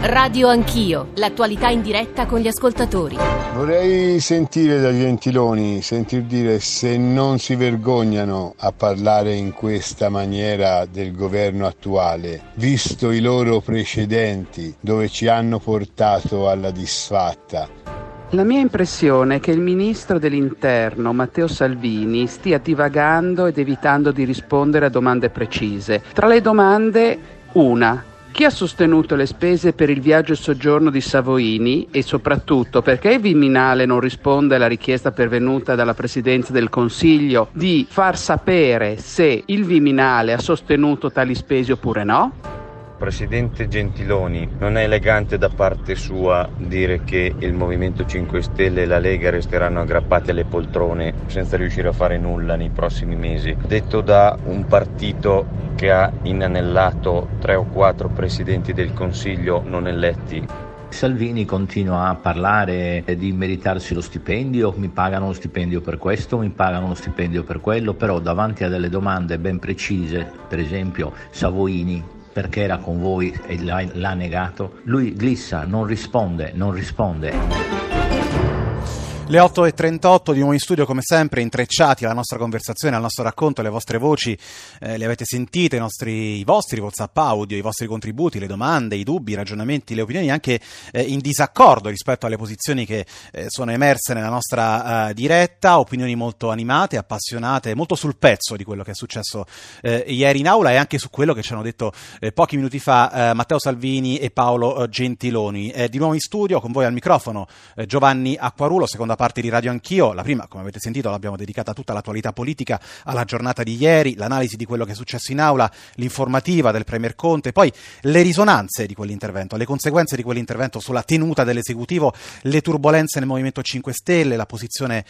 Radio Anch'io, l'attualità in diretta con gli ascoltatori. Vorrei sentire da Gentiloni, sentir dire se non si vergognano a parlare in questa maniera del governo attuale, visto i loro precedenti dove ci hanno portato alla disfatta. La mia impressione è che il ministro dell'Interno, Matteo Salvini, stia divagando ed evitando di rispondere a domande precise. Tra le domande, una: chi ha sostenuto le spese per il viaggio e soggiorno di Savoini e soprattutto perché il Viminale non risponde alla richiesta pervenuta dalla Presidenza del Consiglio di far sapere se il Viminale ha sostenuto tali spese oppure no? Presidente Gentiloni, non è elegante da parte sua dire che il Movimento 5 Stelle e la Lega resteranno aggrappati alle poltrone senza riuscire a fare nulla nei prossimi mesi. Detto da un partito che ha inanellato 3 o 4 presidenti del Consiglio non eletti. Salvini continua a parlare di meritarsi lo stipendio, mi pagano lo stipendio per questo, mi pagano lo stipendio per quello, però davanti a delle domande ben precise, per esempio Savoini, perché era con voi e l'ha negato, lui glissa, non risponde. Le 8.38 di nuovo in studio, come sempre, intrecciati alla nostra conversazione, al nostro racconto, le vostre voci, le avete sentite, i vostri WhatsApp audio, i vostri contributi, le domande, i dubbi, i ragionamenti, le opinioni anche in disaccordo rispetto alle posizioni che sono emerse nella nostra diretta, opinioni molto animate, appassionate, molto sul pezzo di quello che è successo ieri in aula e anche su quello che ci hanno detto pochi minuti fa Matteo Salvini e Paolo Gentiloni. Di nuovo in studio, con voi al microfono Giovanni Acquarulo, seconda parte di Radio Anch'io. La prima, come avete sentito, l'abbiamo dedicata a tutta l'attualità politica, alla giornata di ieri, l'analisi di quello che è successo in aula, l'informativa del Premier Conte, poi le risonanze di quell'intervento, le conseguenze di quell'intervento sulla tenuta dell'esecutivo, le turbolenze nel Movimento 5 Stelle, la posizione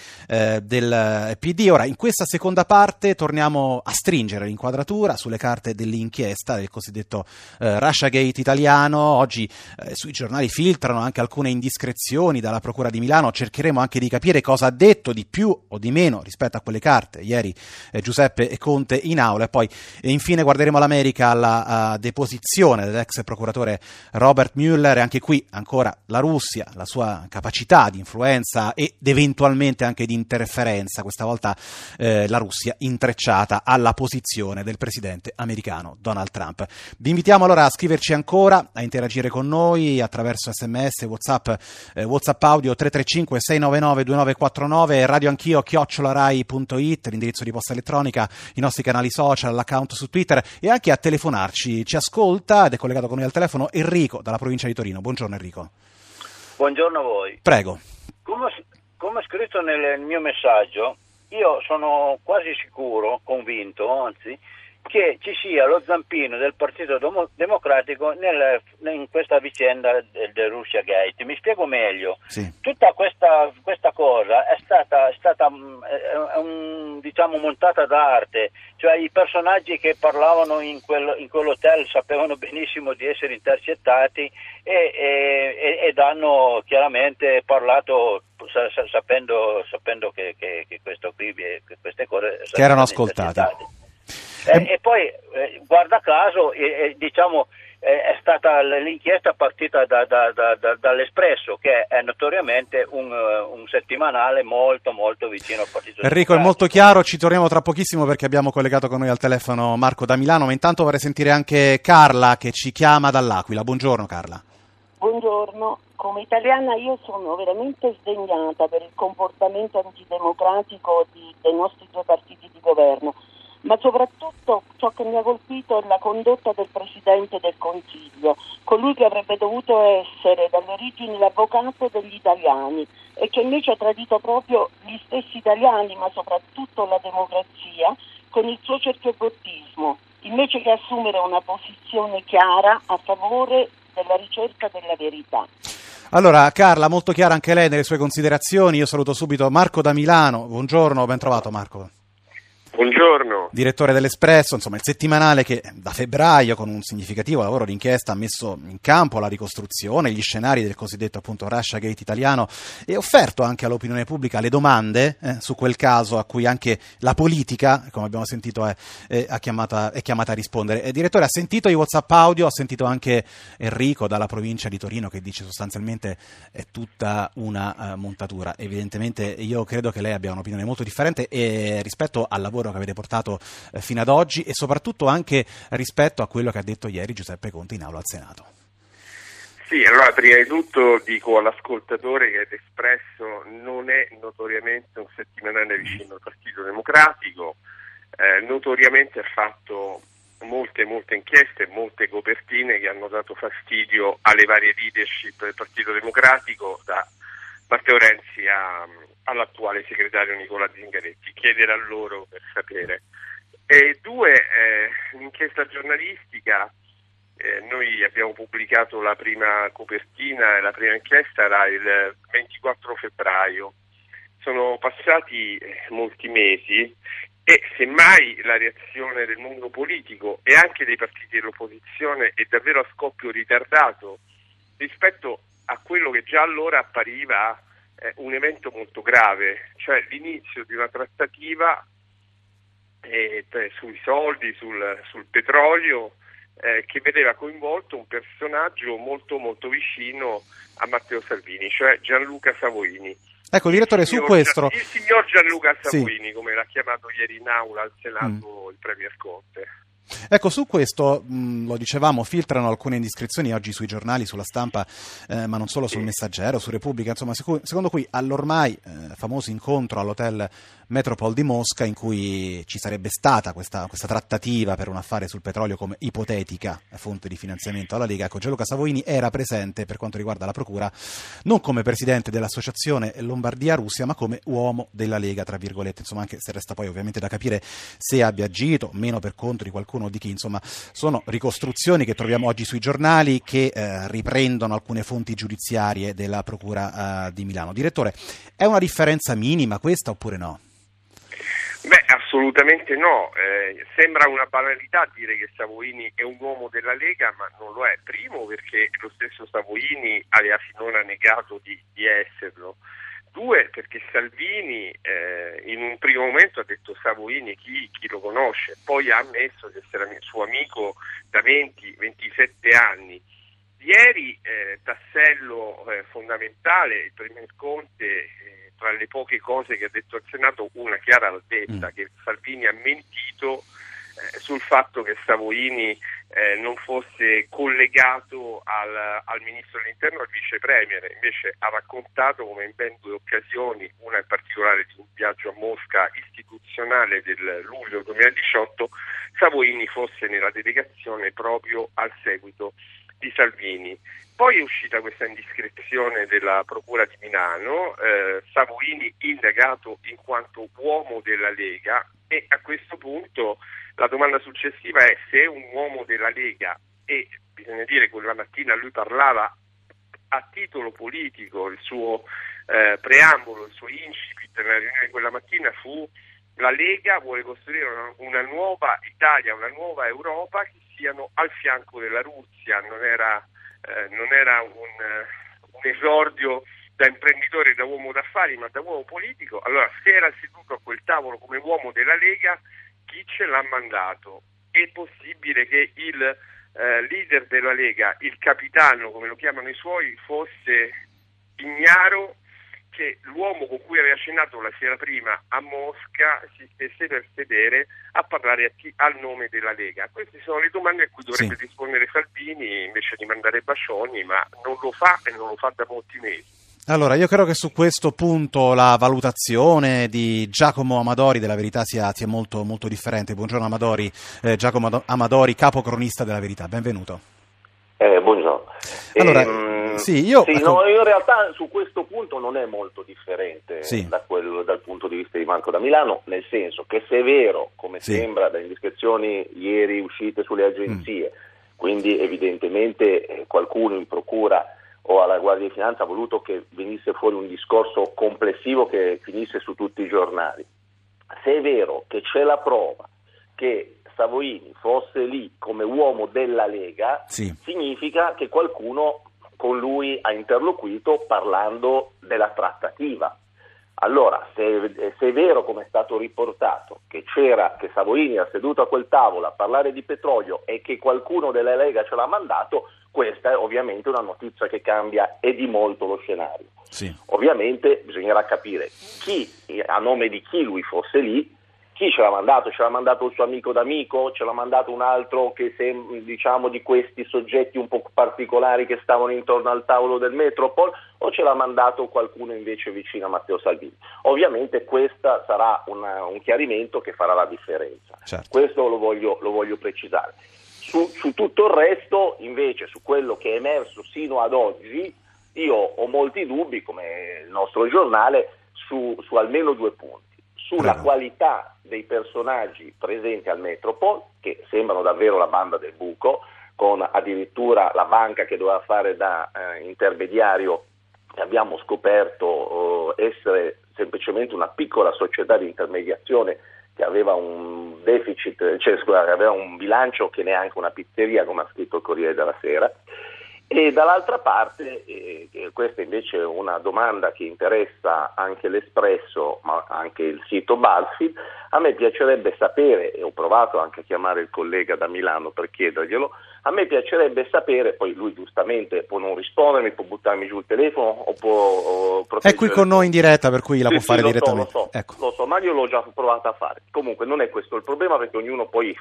del PD. Ora, in questa seconda parte torniamo a stringere l'inquadratura sulle carte dell'inchiesta del cosiddetto Russiagate italiano. Oggi sui giornali filtrano anche alcune indiscrezioni dalla Procura di Milano, cercheremo anche di capire cosa ha detto di più o di meno rispetto a quelle carte ieri Giuseppe Conte in aula, e poi infine guarderemo l'America, alla deposizione dell'ex procuratore Robert Mueller, e anche qui ancora la Russia, la sua capacità di influenza ed eventualmente anche di interferenza, questa volta la Russia intrecciata alla posizione del presidente americano Donald Trump. Vi invitiamo allora a scriverci ancora, a interagire con noi attraverso SMS, WhatsApp audio 335 699 2949, Radio Anch'io @rai.it, l'indirizzo di posta elettronica, i nostri canali social, l'account su Twitter, e anche a telefonarci. Ci ascolta ed è collegato con noi al telefono Enrico dalla provincia di Torino. Buongiorno Enrico. Buongiorno a voi. Prego. Come ho scritto nel mio messaggio, io sono quasi sicuro, convinto anzi, che ci sia lo zampino del Partito Democratico in questa vicenda del Russiagate. Mi spiego meglio. Sì. Tutta questa cosa è stata diciamo montata d'arte, cioè i personaggi che parlavano in quell'hotel sapevano benissimo di essere intercettati ed hanno chiaramente parlato sapendo che questo qui, che queste cose che erano ascoltate. E poi guarda caso diciamo è stata l'inchiesta partita dall'Espresso, che è notoriamente un settimanale molto molto vicino al Partito Enrico, è molto chiaro, ci torniamo tra pochissimo perché abbiamo collegato con noi al telefono Marco da Milano, ma intanto vorrei sentire anche Carla che ci chiama dall'Aquila. Buongiorno Carla. Buongiorno, come italiana io sono veramente sdegnata per il comportamento antidemocratico dei nostri due partiti di governo, ma soprattutto ciò che mi ha colpito è la condotta del Presidente del Consiglio, colui che avrebbe dovuto essere dalle origini l'avvocato degli italiani e che invece ha tradito proprio gli stessi italiani, ma soprattutto la democrazia, con il suo cerchiobottismo, invece che assumere una posizione chiara a favore della ricerca della verità. Allora Carla, molto chiara anche lei nelle sue considerazioni. Io saluto subito Marco da Milano. Buongiorno, ben trovato Marco. Buongiorno. Direttore dell'Espresso, insomma il settimanale che da febbraio con un significativo lavoro d'inchiesta ha messo in campo la ricostruzione, gli scenari del cosiddetto appunto Russiagate italiano e offerto anche all'opinione pubblica le domande su quel caso a cui anche la politica, come abbiamo sentito, è chiamata a rispondere. Direttore, ha sentito i WhatsApp audio, ha sentito anche Enrico dalla provincia di Torino che dice sostanzialmente è tutta una montatura. Evidentemente io credo che lei abbia un'opinione molto differente rispetto al lavoro che avete portato fino ad oggi e soprattutto anche rispetto a quello che ha detto ieri Giuseppe Conte in aula al Senato. Sì, allora prima di tutto dico all'ascoltatore che l'Espresso non è notoriamente un settimanale vicino al Partito Democratico, notoriamente ha fatto molte inchieste, molte copertine che hanno dato fastidio alle varie leadership del Partito Democratico, da Matteo Renzi all'attuale segretario Nicola Zingaretti. Chiedere a loro per sapere. E due, l'inchiesta giornalistica, noi abbiamo pubblicato la prima copertina e la prima inchiesta era il 24 febbraio. Sono passati molti mesi e semmai la reazione del mondo politico e anche dei partiti dell'opposizione è davvero a scoppio ritardato rispetto a quello che già allora appariva un evento molto grave, cioè l'inizio di una trattativa sui soldi, sul petrolio, che vedeva coinvolto un personaggio molto vicino a Matteo Salvini, cioè Gianluca Savoini. Ecco, direttore, su questo... Il signor Gianluca Savoini, sì, come l'ha chiamato ieri in aula al Senato il Premier Conte. Ecco, su questo, lo dicevamo, filtrano alcune indiscrezioni oggi sui giornali, sulla stampa, ma non solo, sul Messaggero, su Repubblica, insomma, secondo cui all'ormai famoso incontro all'hotel Metropol di Mosca, in cui ci sarebbe stata questa trattativa per un affare sul petrolio come ipotetica fonte di finanziamento alla Lega, ecco, Gianluca Savoini era presente per quanto riguarda la procura non come presidente dell'associazione Lombardia Russia, ma come uomo della Lega, tra virgolette, insomma, anche se resta poi ovviamente da capire se abbia agito meno per conto di qualcuno o di chi, insomma, sono ricostruzioni che troviamo oggi sui giornali che riprendono alcune fonti giudiziarie della procura di Milano. Direttore, è una differenza minima questa oppure no? Beh, assolutamente no. Sembra una banalità dire che Savoini è un uomo della Lega, ma non lo è. Primo, perché lo stesso Savoini aveva finora negato di esserlo. Due, perché Salvini in un primo momento ha detto Savoini chi lo conosce, poi ha ammesso di essere suo amico da 27 anni. Ieri, tassello fondamentale, il Premier Conte, tra le poche cose che ha detto al Senato, una chiara l'ha detta, che Salvini ha mentito sul fatto che Savoini non fosse collegato al Ministro dell'Interno, al Vice Premier. Invece ha raccontato come in ben due occasioni, una in particolare di un viaggio a Mosca istituzionale del luglio 2018, Savoini fosse nella delegazione proprio al seguito di Salvini. Poi è uscita questa indiscrezione della Procura di Milano, Savoini indagato in quanto uomo della Lega, e a questo punto la domanda successiva è se è un uomo della Lega, e bisogna dire che quella mattina lui parlava a titolo politico, il suo preambolo, il suo incipit nella riunione di quella mattina fu: la Lega vuole costruire una nuova Italia, una nuova Europa che siano al fianco della Russia. Non era un esordio da imprenditore, da uomo d'affari, ma da uomo politico. Allora, se era seduto a quel tavolo come uomo della Lega, chi ce l'ha mandato? È possibile che il leader della Lega, il capitano, come lo chiamano i suoi, fosse ignaro che l'uomo con cui aveva cenato la sera prima a Mosca si stesse per sedere a parlare al nome della Lega? Queste sono le domande a cui dovrebbe rispondere Salvini, invece di mandare bacioni, ma non lo fa, e non lo fa da molti mesi. Allora, io credo che su questo punto la valutazione di Giacomo Amadori della Verità sia molto, molto differente. Buongiorno Amadori, Giacomo Amadori, capocronista della Verità, benvenuto. Buongiorno. Allora, io in realtà su questo punto non è molto differente dal punto di vista di Marco da Milano, nel senso che se è vero, come sembra dalle indiscrezioni ieri uscite sulle agenzie, quindi evidentemente qualcuno in procura o alla Guardia di Finanza ha voluto che venisse fuori un discorso complessivo che finisse su tutti i giornali. Se è vero che c'è la prova che Savoini fosse lì come uomo della Lega, significa che qualcuno con lui ha interloquito parlando della trattativa. Allora, se è vero, come è stato riportato, che Savoini era seduto a quel tavolo a parlare di petrolio e che qualcuno della Lega ce l'ha mandato, questa è ovviamente una notizia che cambia e di molto lo scenario. Ovviamente bisognerà capire a nome di chi lui fosse lì, chi ce l'ha mandato il suo amico d'amico, ce l'ha mandato un altro che diciamo di questi soggetti un po' particolari che stavano intorno al tavolo del Metropol, o ce l'ha mandato qualcuno invece vicino a Matteo Salvini. Ovviamente questo sarà un chiarimento che farà la differenza. Questo lo voglio precisare. Su tutto il resto, invece, su quello che è emerso sino ad oggi, io ho molti dubbi, come il nostro giornale, su almeno 2 punti. Sulla qualità dei personaggi presenti al Metropol, che sembrano davvero la banda del buco, con addirittura la banca che doveva fare da intermediario, che abbiamo scoperto essere semplicemente una piccola società di intermediazione che aveva un deficit, aveva un bilancio che neanche una pizzeria, come ha scritto il Corriere della Sera. E dall'altra parte, questa invece è una domanda che interessa anche l'Espresso, ma anche il sito BuzzFeed, a me piacerebbe sapere, e ho provato anche a chiamare il collega da Milano per chiederglielo, a me piacerebbe sapere, poi lui giustamente può non rispondermi, può buttarmi giù il telefono o può è qui con noi in diretta, per cui la può fare direttamente. Lo so, ma io l'ho già provato a fare. Comunque non è questo il problema, perché ognuno poi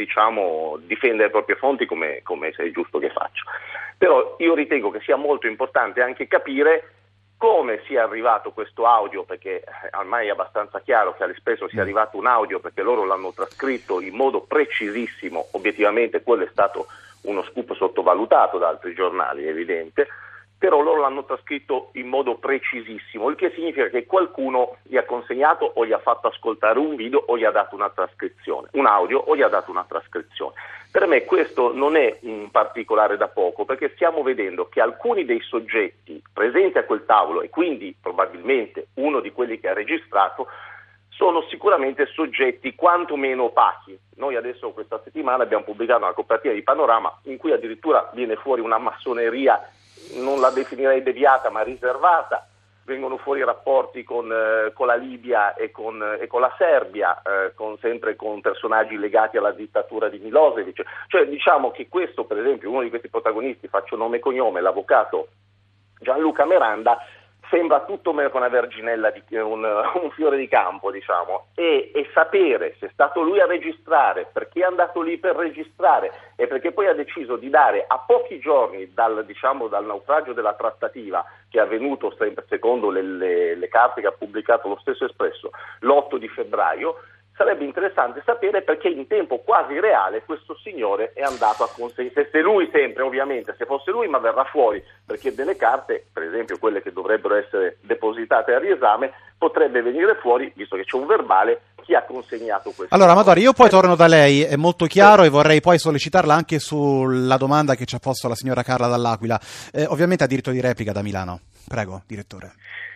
difende le proprie fonti come è giusto che faccia. Però io ritengo che sia molto importante anche capire come sia arrivato questo audio, perché ormai è abbastanza chiaro che all'Espresso sia arrivato un audio, perché loro l'hanno trascritto in modo precisissimo. Obiettivamente quello è stato uno scoop sottovalutato da altri giornali, è evidente, però loro l'hanno trascritto in modo precisissimo, il che significa che qualcuno gli ha consegnato o gli ha fatto ascoltare un video o gli ha dato una trascrizione, un audio o gli ha dato una trascrizione. Per me questo non è un particolare da poco, perché stiamo vedendo che alcuni dei soggetti presenti a quel tavolo, e quindi probabilmente uno di quelli che ha registrato, sono sicuramente soggetti quantomeno opachi. Noi adesso questa settimana abbiamo pubblicato una copertina di Panorama in cui addirittura viene fuori una massoneria, non la definirei deviata ma riservata, vengono fuori rapporti con la Libia e con la Serbia, sempre con personaggi legati alla dittatura di Milosevic. Cioè diciamo che questo, per esempio, uno di questi protagonisti, faccio nome e cognome, l'avvocato Gianluca Miranda, sembra tutto meno che una verginella, un fiore di campo, diciamo, e sapere se è stato lui a registrare, perché è andato lì per registrare e perché poi ha deciso di dare a pochi giorni dal naufragio della trattativa, che è avvenuto secondo le carte che ha pubblicato lo stesso Espresso l'8 di febbraio, sarebbe interessante sapere perché in tempo quasi reale questo signore è andato a consegnare, se lui sempre, ovviamente, se fosse lui, ma verrà fuori, perché delle carte, per esempio quelle che dovrebbero essere depositate al riesame, potrebbe venire fuori, visto che c'è un verbale, chi ha consegnato questo. Allora Amadori, io poi torno da lei, è molto chiaro, e vorrei poi sollecitarla anche sulla domanda che ci ha posto la signora Carla dall'Aquila. Ovviamente ha diritto di replica da Milano. Prego, direttore.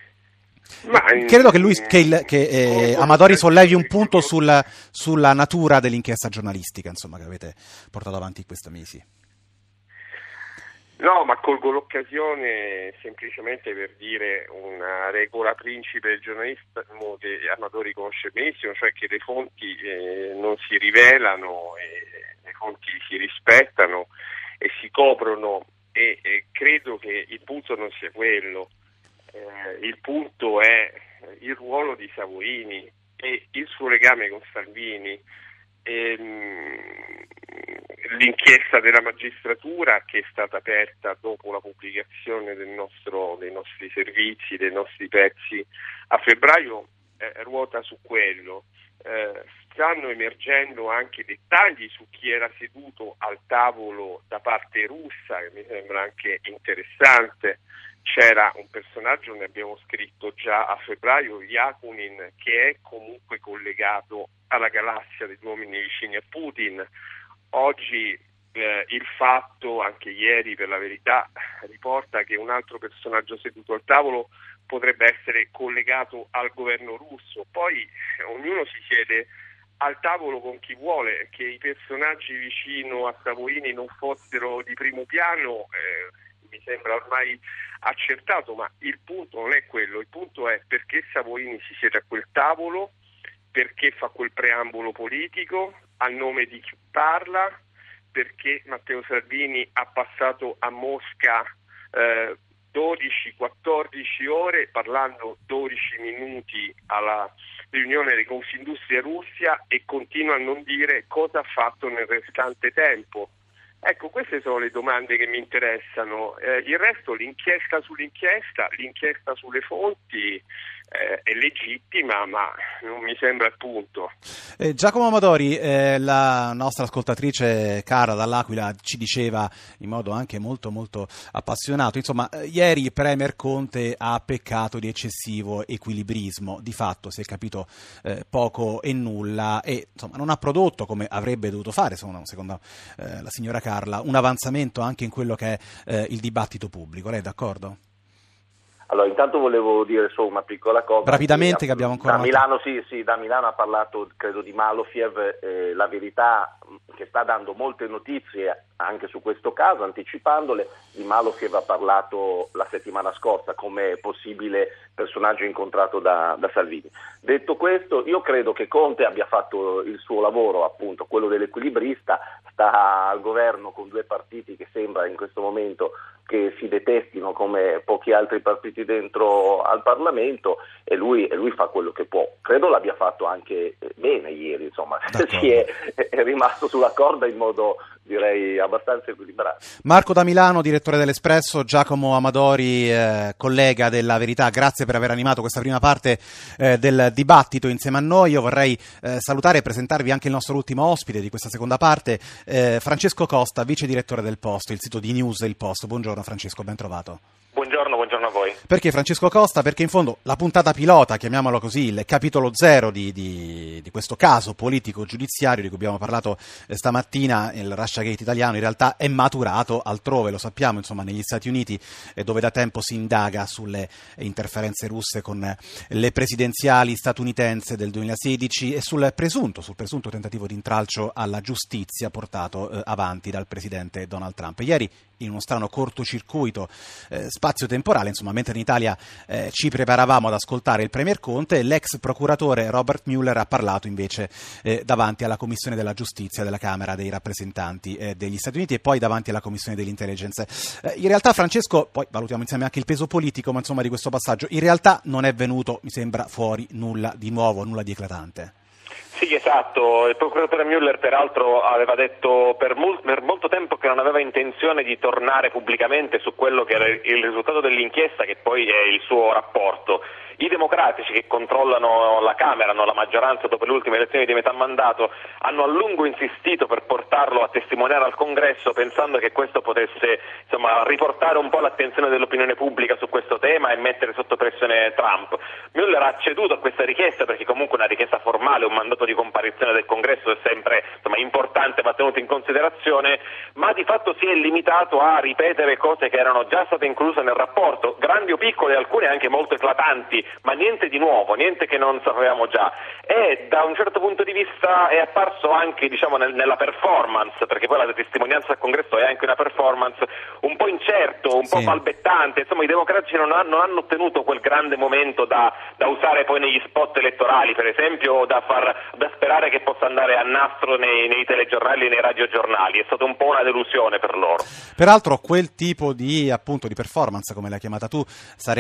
Credo che Amadori sollevi un punto sulla natura dell'inchiesta giornalistica, insomma, che avete portato avanti in questi mesi. No, ma colgo l'occasione semplicemente per dire una regola principe del giornalismo che Amadori conosce benissimo, cioè che le fonti non si rivelano, le fonti si rispettano e si coprono, e credo che il punto non sia quello. Il punto è il ruolo di Savoini e il suo legame con Salvini, l'inchiesta della magistratura che è stata aperta dopo la pubblicazione dei nostri servizi, dei nostri pezzi a febbraio, ruota su quello. Stanno emergendo anche dettagli su chi era seduto al tavolo da parte russa, che mi sembra anche interessante. C'era un personaggio, ne abbiamo scritto già a febbraio, Yakunin, che è comunque collegato alla galassia degli uomini vicini a Putin. Oggi il fatto, anche ieri per la Verità, riporta che un altro personaggio seduto al tavolo potrebbe essere collegato al governo russo. Poi ognuno si siede al tavolo con chi vuole. Che i personaggi vicino a Savoini non fossero di primo piano mi sembra ormai accertato, ma il punto non è quello. Il punto è perché Savoini si siede a quel tavolo, perché fa quel preambolo politico, a nome di chi parla, perché Matteo Salvini ha passato a Mosca 12-14 ore parlando 12 minuti alla riunione di Confindustria Russia e continua a non dire cosa ha fatto nel restante tempo. Ecco, queste sono le domande che mi interessano. Il resto, l'inchiesta sull'inchiesta, l'inchiesta sulle fonti è legittima, ma non mi sembra il punto. Giacomo Amadori, la nostra ascoltatrice cara dall'Aquila ci diceva in modo anche molto molto appassionato, insomma, ieri Premier Conte ha peccato di eccessivo equilibrismo, di fatto si è capito poco e nulla e insomma non ha prodotto, come avrebbe dovuto fare secondo la signora Carla, un avanzamento anche in quello che è il dibattito pubblico. Lei è d'accordo? Allora, intanto volevo dire solo una piccola cosa. Rapidamente, che abbiamo ancora... Da Milano, sì, da Milano ha parlato, credo, di Malofiev, La Verità, che sta dando molte notizie anche su questo caso, anticipandole. Di Malofiev ha parlato la settimana scorsa come possibile personaggio incontrato da Salvini. Detto questo, io credo che Conte abbia fatto il suo lavoro, appunto, quello dell'equilibrista, sta al governo con due partiti che sembra in questo momento che si detestino come pochi altri partiti dentro al Parlamento e lui fa quello che può. Credo l'abbia fatto anche bene ieri, insomma, si è rimasto sulla corda in modo, direi, abbastanza equilibrato. Marco da Milano, direttore dell'Espresso, Giacomo Amadori, collega della Verità, grazie per aver animato questa prima parte del dibattito insieme a noi. Io vorrei salutare e presentarvi anche il nostro ultimo ospite di questa seconda parte, Francesco Costa, vice direttore del Posto, il sito di news del Posto. Buongiorno Francesco, ben trovato. Buongiorno a voi. Perché Francesco Costa? Perché in fondo la puntata pilota, chiamiamolo così, il capitolo zero di questo caso politico-giudiziario di cui abbiamo parlato stamattina, il Russiagate italiano, in realtà è maturato altrove, lo sappiamo, insomma, negli Stati Uniti, dove da tempo si indaga sulle interferenze russe con le presidenziali statunitense del 2016 e sul presunto tentativo di intralcio alla giustizia portato avanti dal presidente Donald Trump. Ieri, in uno strano cortocircuito spazio-temporale, insomma, mentre in Italia ci preparavamo ad ascoltare il Premier Conte, l'ex procuratore Robert Mueller ha parlato invece davanti alla Commissione della Giustizia della Camera dei Rappresentanti degli Stati Uniti e poi davanti alla Commissione dell'Intelligence. In realtà, Francesco, poi valutiamo insieme anche il peso politico, ma insomma, di questo passaggio, in realtà non è venuto, mi sembra, fuori nulla di nuovo, nulla di eclatante. Sì, esatto. Il procuratore Mueller peraltro aveva detto per molto tempo che non aveva intenzione di tornare pubblicamente su quello che era il risultato dell'inchiesta, che poi è il suo rapporto. I democratici che controllano la Camera, hanno la maggioranza dopo le ultime elezioni di metà mandato, hanno a lungo insistito per portarlo a testimoniare al Congresso, pensando che questo potesse, insomma, riportare un po' l'attenzione dell'opinione pubblica su questo tema e mettere sotto pressione Trump. Mueller ha ceduto a questa richiesta perché comunque una richiesta formale, un mandato di comparizione del Congresso è sempre, insomma, importante, va tenuto in considerazione, ma di fatto si è limitato a ripetere cose che erano già state incluse nel rapporto, grandi o piccole, alcune anche molto eclatanti, ma niente di nuovo, niente che non sapevamo già. E da un certo punto di vista è apparso anche, diciamo, nella performance, perché poi la testimonianza al Congresso è anche una performance, un po' incerto, un po' balbettante. Insomma, i democratici non hanno ottenuto quel grande momento da usare poi negli spot elettorali, per esempio, o da sperare che possa andare a nastro nei telegiornali e nei radiogiornali. È stata un po' una delusione per loro. Peraltro quel tipo di, appunto, di performance, come l'hai chiamata tu,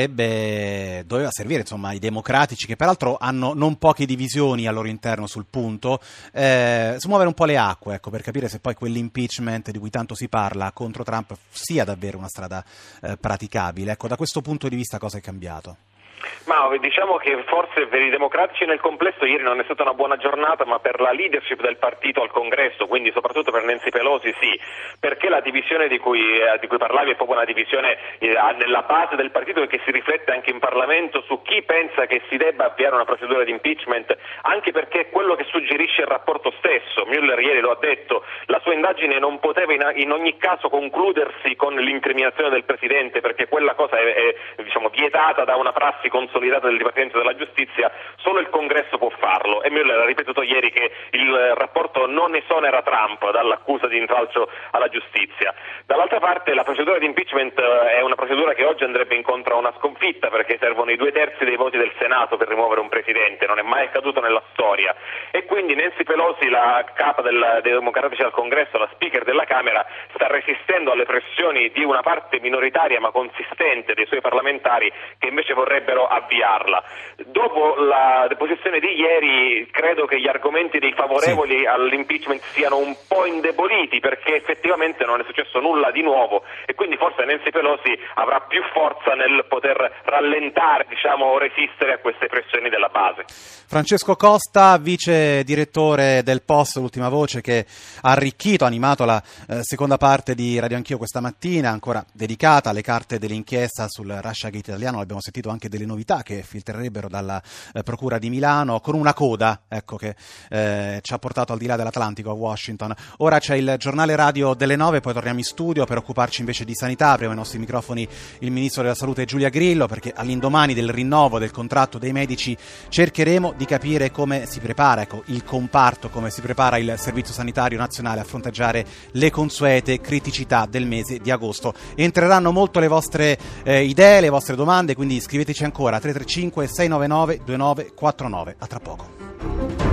doveva servire, insomma, ai democratici, che peraltro hanno non poche divisioni al loro interno sul punto, smuovere un po' le acque, ecco, per capire se poi quell'impeachment di cui tanto si parla contro Trump sia davvero una strada praticabile. Ecco, da questo punto di vista cosa è cambiato? Ma diciamo che forse per i democratici nel complesso ieri non è stata una buona giornata, ma per la leadership del partito al congresso, quindi soprattutto per Nancy Pelosi sì, perché la divisione di cui parlavi è proprio una divisione nella base del partito e che si riflette anche in Parlamento su chi pensa che si debba avviare una procedura di impeachment, anche perché è quello che suggerisce il rapporto stesso. Mueller ieri lo ha detto, la sua indagine non poteva in ogni caso concludersi con l'incriminazione del Presidente, perché quella cosa è vietata da una prassi consolidata del Dipartimento della Giustizia, solo il Congresso può farlo, e Mueller ha ripetuto ieri che il rapporto non esonera Trump dall'accusa di intralcio alla giustizia. Dall'altra parte la procedura di impeachment è una procedura che oggi andrebbe incontro a una sconfitta, perché servono i 2/3 dei voti del Senato per rimuovere un Presidente, non è mai accaduto nella storia, e quindi Nancy Pelosi, la capa dei democratici al Congresso, la speaker della Camera, sta resistendo alle pressioni di una parte minoritaria ma consistente dei suoi parlamentari che invece vorrebbero avviarla. Dopo la deposizione di ieri credo che gli argomenti dei favorevoli all'impeachment siano un po' indeboliti, perché effettivamente non è successo nulla di nuovo e quindi forse Nancy Pelosi avrà più forza nel poter rallentare, o resistere a queste pressioni della base. Francesco Costa, vice direttore del Post, l'ultima voce, che ha arricchito, animato la seconda parte di Radio Anch'io questa mattina, ancora dedicata alle carte dell'inchiesta sul Russiagate italiano. Abbiamo sentito anche delle novità che filtrerebbero dalla Procura di Milano, con una coda che ci ha portato al di là dell'Atlantico, a Washington. Ora c'è il giornale radio delle 9, poi torniamo in studio per occuparci invece di sanità. Apriamo ai nostri microfoni il ministro della Salute Giulia Grillo, perché all'indomani del rinnovo del contratto dei medici cercheremo di capire come si prepara il comparto, come si prepara il Servizio Sanitario Nazionale a fronteggiare le consuete criticità del mese di agosto. Entreranno molto le vostre idee, le vostre domande, quindi scriveteci ancora 335 699 2949. A tra poco.